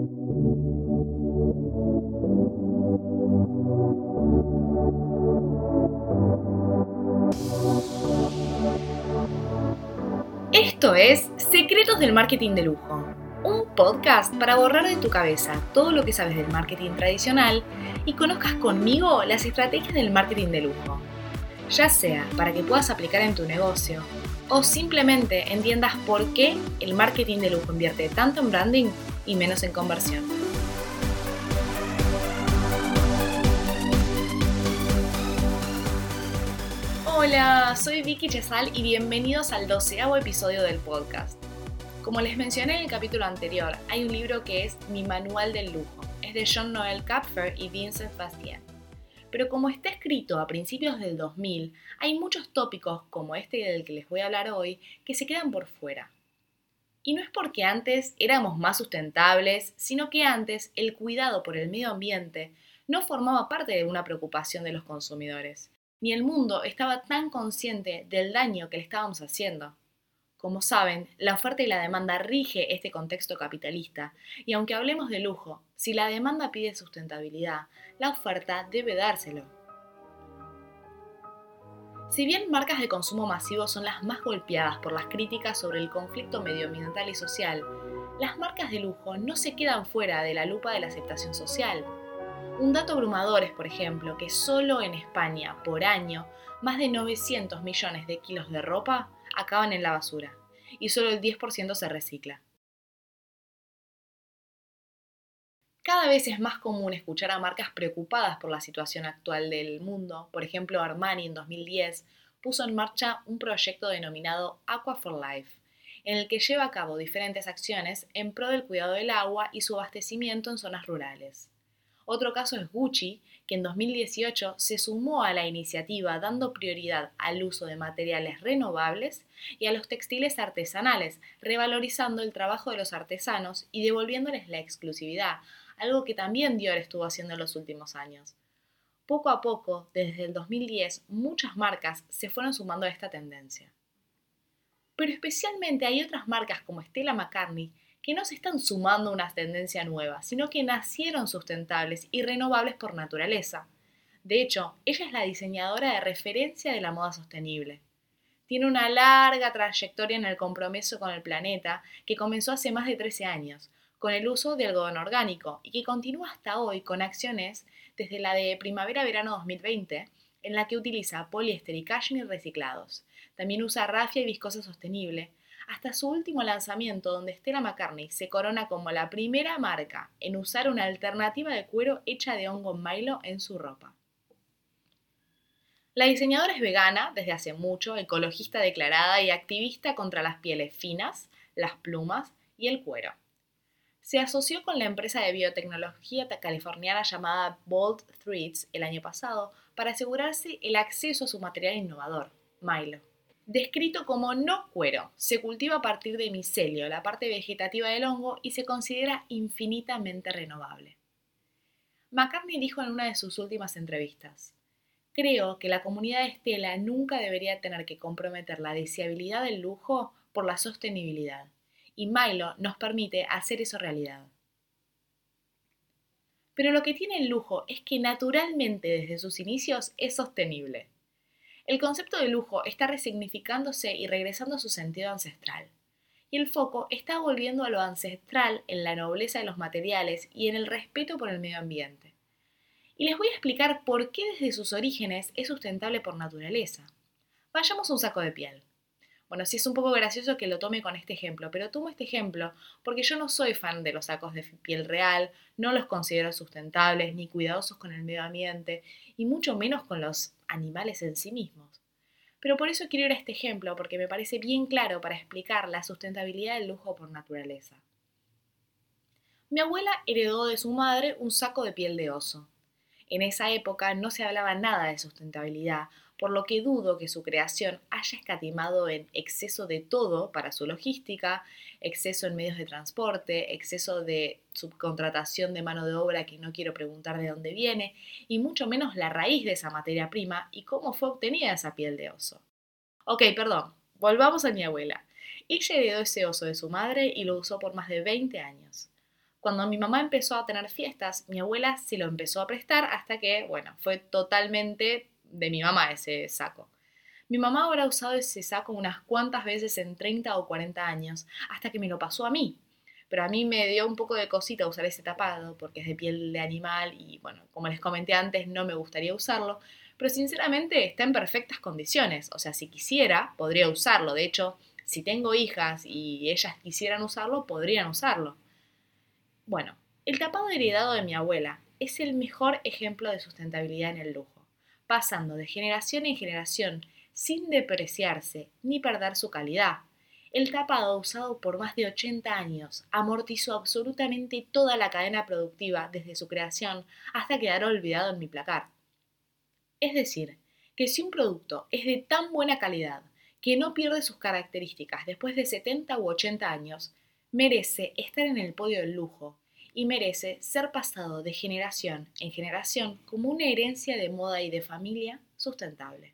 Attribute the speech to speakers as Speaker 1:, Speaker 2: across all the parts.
Speaker 1: Esto es Secretos del Marketing de Lujo, un podcast para borrar de tu cabeza todo lo que sabes del marketing tradicional y conozcas conmigo las estrategias del marketing de lujo, ya sea para que puedas aplicar en tu negocio o simplemente entiendas por qué el marketing de lujo invierte tanto en branding y menos en conversión. Hola, soy Vicky Chesal y bienvenidos al 12º episodio del podcast. Como les mencioné en el capítulo anterior, hay un libro que es Mi Manual del Lujo. Es de Jean-Noël Kapfer y Vincent Bastien. Pero como está escrito a principios del 2000, hay muchos tópicos, como este del que les voy a hablar hoy, que se quedan por fuera. Y no es porque antes éramos más sustentables, sino que antes el cuidado por el medio ambiente no formaba parte de una preocupación de los consumidores, ni el mundo estaba tan consciente del daño que le estábamos haciendo. Como saben, la oferta y la demanda rige este contexto capitalista, y aunque hablemos de lujo, si la demanda pide sustentabilidad, la oferta debe dárselo. Si bien marcas de consumo masivo son las más golpeadas por las críticas sobre el conflicto medioambiental y social, las marcas de lujo no se quedan fuera de la lupa de la aceptación social. Un dato abrumador es, por ejemplo, que solo en España, por año, más de 900 millones de kilos de ropa acaban en la basura, y solo el 10% se recicla. Cada vez es más común escuchar a marcas preocupadas por la situación actual del mundo. Por ejemplo, Armani en 2010 puso en marcha un proyecto denominado Aqua for Life, en el que lleva a cabo diferentes acciones en pro del cuidado del agua y su abastecimiento en zonas rurales. Otro caso es Gucci, que en 2018 se sumó a la iniciativa dando prioridad al uso de materiales renovables y a los textiles artesanales, revalorizando el trabajo de los artesanos y devolviéndoles la exclusividad, algo que también Dior estuvo haciendo en los últimos años. Poco a poco, desde el 2010, muchas marcas se fueron sumando a esta tendencia. Pero especialmente hay otras marcas como Stella McCartney que no se están sumando a una tendencia nueva, sino que nacieron sustentables y renovables por naturaleza. De hecho, ella es la diseñadora de referencia de la moda sostenible. Tiene una larga trayectoria en el compromiso con el planeta que comenzó hace más de 13 años, con el uso de algodón orgánico y que continúa hasta hoy con acciones desde la de primavera-verano 2020, en la que utiliza poliéster y cashmere reciclados. También usa rafia y viscosa sostenible, hasta su último lanzamiento donde Stella McCartney se corona como la primera marca en usar una alternativa de cuero hecha de hongo Milo en su ropa. La diseñadora es vegana desde hace mucho, ecologista declarada y activista contra las pieles finas, las plumas y el cuero. Se asoció con la empresa de biotecnología californiana llamada Bold Threads el año pasado para asegurarse el acceso a su material innovador, Milo. Descrito como no cuero, se cultiva a partir de micelio, la parte vegetativa del hongo, y se considera infinitamente renovable. McCartney dijo en una de sus últimas entrevistas: "Creo que la comunidad de Stella nunca debería tener que comprometer la deseabilidad del lujo por la sostenibilidad, y Milo nos permite hacer eso realidad". Pero lo que tiene el lujo es que naturalmente desde sus inicios es sostenible. El concepto de lujo está resignificándose y regresando a su sentido ancestral. Y el foco está volviendo a lo ancestral en la nobleza de los materiales y en el respeto por el medio ambiente. Y les voy a explicar por qué desde sus orígenes es sustentable por naturaleza. Vayamos a un saco de piel. Bueno, sí es un poco gracioso que lo tome con este ejemplo, pero tomo este ejemplo porque yo no soy fan de los sacos de piel real, no los considero sustentables ni cuidadosos con el medio ambiente, y mucho menos con los animales en sí mismos. Pero por eso quiero ir a este ejemplo, porque me parece bien claro para explicar la sustentabilidad del lujo por naturaleza. Mi abuela heredó de su madre un saco de piel de oso. En esa época no se hablaba nada de sustentabilidad, por lo que dudo que su creación haya escatimado en exceso de todo para su logística, exceso en medios de transporte, exceso de subcontratación de mano de obra que no quiero preguntar de dónde viene, y mucho menos la raíz de esa materia prima y cómo fue obtenida esa piel de oso. Ok, perdón, volvamos a mi abuela. Ella heredó ese oso de su madre y lo usó por más de 20 años. Cuando mi mamá empezó a tener fiestas, mi abuela se lo empezó a prestar hasta que, bueno, fue totalmente de mi mamá ese saco. Mi mamá habrá usado ese saco unas cuantas veces en 30 o 40 años, hasta que me lo pasó a mí. Pero a mí me dio un poco de cosita usar ese tapado, porque es de piel de animal y, bueno, como les comenté antes, no me gustaría usarlo. Pero sinceramente está en perfectas condiciones. O sea, si quisiera, podría usarlo. De hecho, si tengo hijas y ellas quisieran usarlo, podrían usarlo. Bueno, el tapado heredado de mi abuela es el mejor ejemplo de sustentabilidad en el lujo, pasando de generación en generación sin depreciarse ni perder su calidad. El tapado, usado por más de 80 años, amortizó absolutamente toda la cadena productiva desde su creación hasta quedar olvidado en mi placar. Es decir, que si un producto es de tan buena calidad que no pierde sus características después de 70 u 80 años, merece estar en el podio del lujo y merece ser pasado de generación en generación como una herencia de moda y de familia sustentable.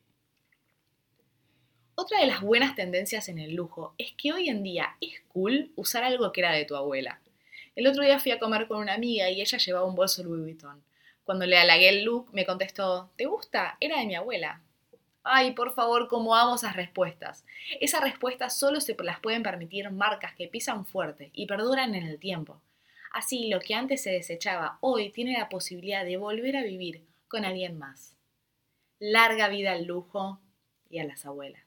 Speaker 1: Otra de las buenas tendencias en el lujo es que hoy en día es cool usar algo que era de tu abuela. El otro día fui a comer con una amiga y ella llevaba un bolso Louis Vuitton. Cuando le halagué el look, me contestó, ¿te gusta? Era de mi abuela. Ay, por favor, cómo amo esas respuestas. Esas respuestas solo se las pueden permitir marcas que pisan fuerte y perduran en el tiempo. Así, lo que antes se desechaba, hoy tiene la posibilidad de volver a vivir con alguien más. Larga vida al lujo y a las abuelas.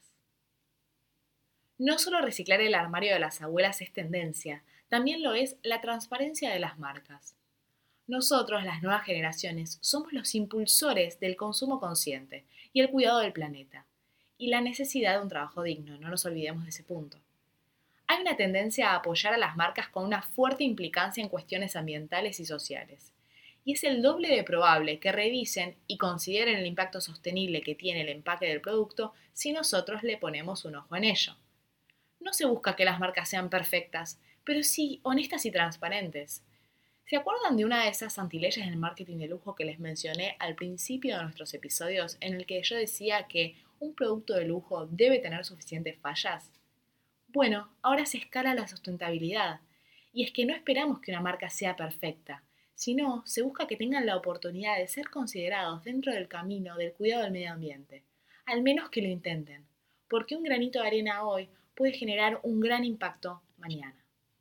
Speaker 1: No solo reciclar el armario de las abuelas es tendencia, también lo es la transparencia de las marcas. Nosotros, las nuevas generaciones, somos los impulsores del consumo consciente y el cuidado del planeta, y la necesidad de un trabajo digno, no nos olvidemos de ese punto. Hay una tendencia a apoyar a las marcas con una fuerte implicancia en cuestiones ambientales y sociales, y es el doble de probable que revisen y consideren el impacto sostenible que tiene el empaque del producto si nosotros le ponemos un ojo en ello. No se busca que las marcas sean perfectas, pero sí honestas y transparentes. ¿Se acuerdan de una de esas antileyes del marketing de lujo que les mencioné al principio de nuestros episodios en el que yo decía que un producto de lujo debe tener suficientes fallas? Bueno, ahora se escala la sustentabilidad. Y es que no esperamos que una marca sea perfecta, sino se busca que tengan la oportunidad de ser considerados dentro del camino del cuidado del medio ambiente. Al menos que lo intenten, porque un granito de arena hoy puede generar un gran impacto mañana.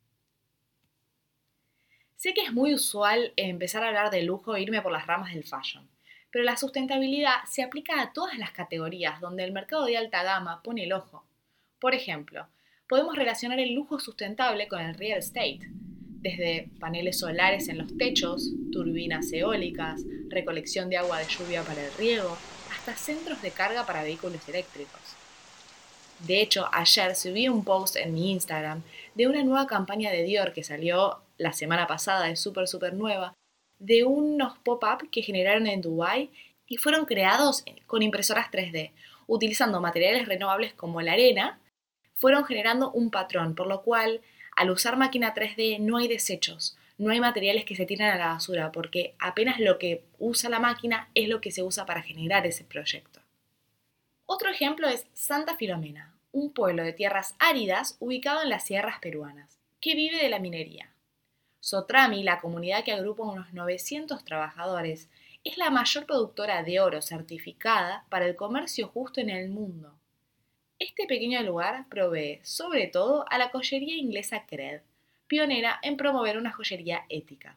Speaker 1: Sé que es muy usual empezar a hablar de lujo e irme por las ramas del fashion, pero la sustentabilidad se aplica a todas las categorías donde el mercado de alta gama pone el ojo. Por ejemplo, podemos relacionar el lujo sustentable con el real estate, desde paneles solares en los techos, turbinas eólicas, recolección de agua de lluvia para el riego, hasta centros de carga para vehículos eléctricos. De hecho, ayer subí un post en mi Instagram de una nueva campaña de Dior que salió la semana pasada, es súper nueva, de unos pop-up que generaron en Dubái y fueron creados con impresoras 3D, utilizando materiales renovables como la arena, fueron generando un patrón, por lo cual al usar máquina 3D no hay desechos, no hay materiales que se tiran a la basura, porque apenas lo que usa la máquina es lo que se usa para generar ese proyecto. Otro ejemplo es Santa Filomena, un pueblo de tierras áridas ubicado en las sierras peruanas, que vive de la minería. Sotrami, la comunidad que agrupa unos 900 trabajadores, es la mayor productora de oro certificada para el comercio justo en el mundo. Este pequeño lugar provee, sobre todo, a la joyería inglesa Cred, pionera en promover una joyería ética.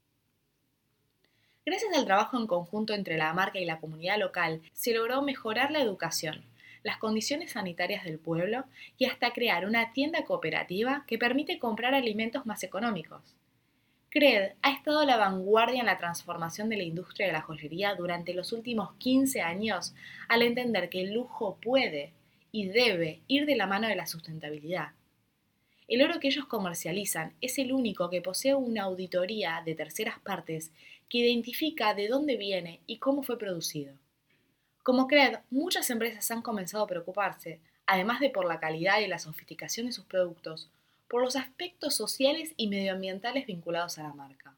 Speaker 1: Gracias al trabajo en conjunto entre la marca y la comunidad local, se logró mejorar la educación, las condiciones sanitarias del pueblo y hasta crear una tienda cooperativa que permite comprar alimentos más económicos. Cred ha estado a la vanguardia en la transformación de la industria de la joyería durante los últimos 15 años al entender que el lujo puede y debe ir de la mano de la sustentabilidad. El oro que ellos comercializan es el único que posee una auditoría de terceras partes que identifica de dónde viene y cómo fue producido. Como Cred, muchas empresas han comenzado a preocuparse, además de por la calidad y la sofisticación de sus productos, por los aspectos sociales y medioambientales vinculados a la marca.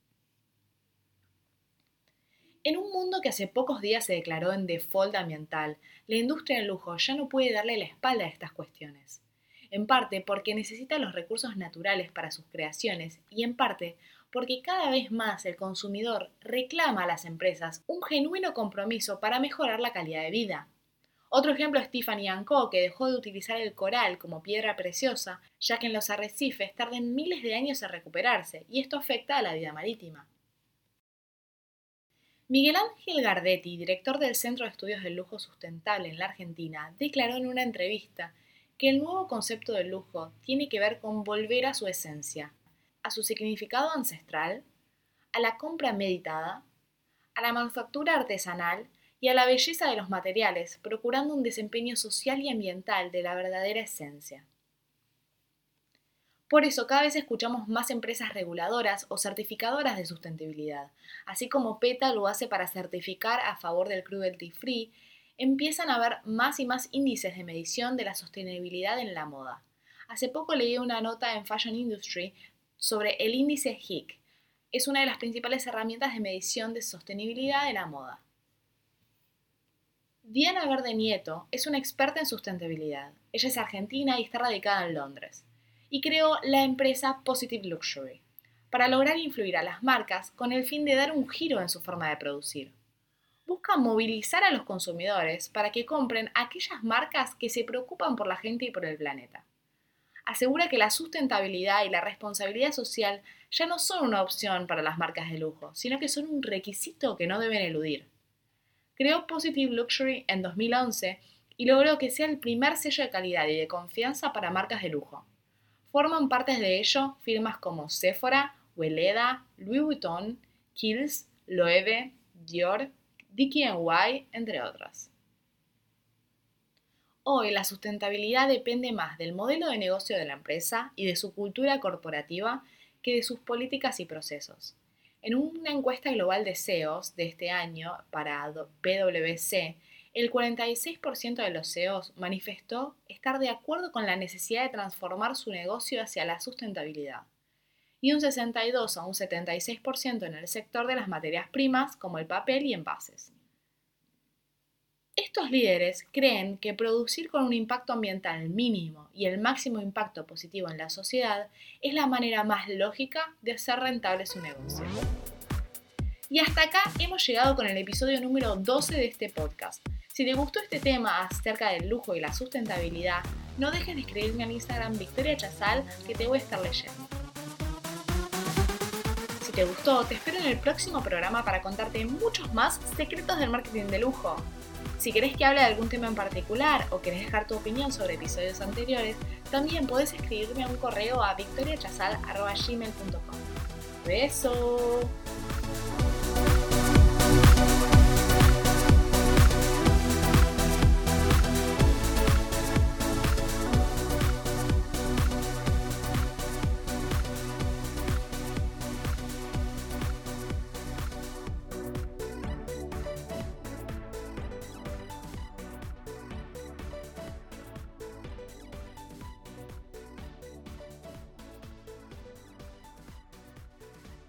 Speaker 1: En un mundo que hace pocos días se declaró en default ambiental, la industria del lujo ya no puede darle la espalda a estas cuestiones. en parte porque necesita los recursos naturales para sus creaciones y en parte porque cada vez más el consumidor reclama a las empresas un genuino compromiso para mejorar la calidad de vida. Otro ejemplo es Tiffany & Co, que dejó de utilizar el coral como piedra preciosa, ya que en los arrecifes tardan miles de años en recuperarse, y esto afecta a la vida marítima. Miguel Ángel Gardetti, director del Centro de Estudios del Lujo Sustentable en la Argentina, declaró en una entrevista que el nuevo concepto del lujo tiene que ver con volver a su esencia, a su significado ancestral, a la compra meditada, a la manufactura artesanal y a la belleza de los materiales, procurando un desempeño social y ambiental de la verdadera esencia. Por eso cada vez escuchamos más empresas reguladoras o certificadoras de sustentabilidad, así como PETA lo hace para certificar a favor del cruelty free, empiezan a haber más y más índices de medición de la sostenibilidad en la moda. Hace poco leí una nota en Fashion Industry sobre el índice HIC. Es una de las principales herramientas de medición de sostenibilidad de la moda. Diana Verde Nieto es una experta en sustentabilidad. Ella es argentina y está radicada en Londres. Y creó la empresa Positive Luxury para lograr influir a las marcas con el fin de dar un giro en su forma de producir. Busca movilizar a los consumidores para que compren aquellas marcas que se preocupan por la gente y por el planeta. Asegura que la sustentabilidad y la responsabilidad social ya no son una opción para las marcas de lujo, sino que son un requisito que no deben eludir. Creó Positive Luxury en 2011 y logró que sea el primer sello de calidad y de confianza para marcas de lujo. Forman parte de ello firmas como Sephora, Weleda, Louis Vuitton, Kiehl's, Loewe, Dior, DKNY, entre otras. Hoy la sustentabilidad depende más del modelo de negocio de la empresa y de su cultura corporativa que de sus políticas y procesos. En una encuesta global de CEOs de este año para PwC, el 46% de los CEOs manifestó estar de acuerdo con la necesidad de transformar su negocio hacia la sustentabilidad, y un 62 a un 76% en el sector de las materias primas como el papel y envases. Estos líderes creen que producir con un impacto ambiental mínimo y el máximo impacto positivo en la sociedad es la manera más lógica de hacer rentable su negocio. Y hasta acá hemos llegado con el episodio número 12 de este podcast. Si te gustó este tema acerca del lujo y la sustentabilidad, no dejes de escribirme en Instagram Victoria Chazal, que te voy a estar leyendo. Si te gustó, te espero en el próximo programa para contarte muchos más secretos del marketing de lujo. Si querés que hable de algún tema en particular o querés dejar tu opinión sobre episodios anteriores, también podés escribirme a un correo a victoriachazal@gmail.com. ¡Beso!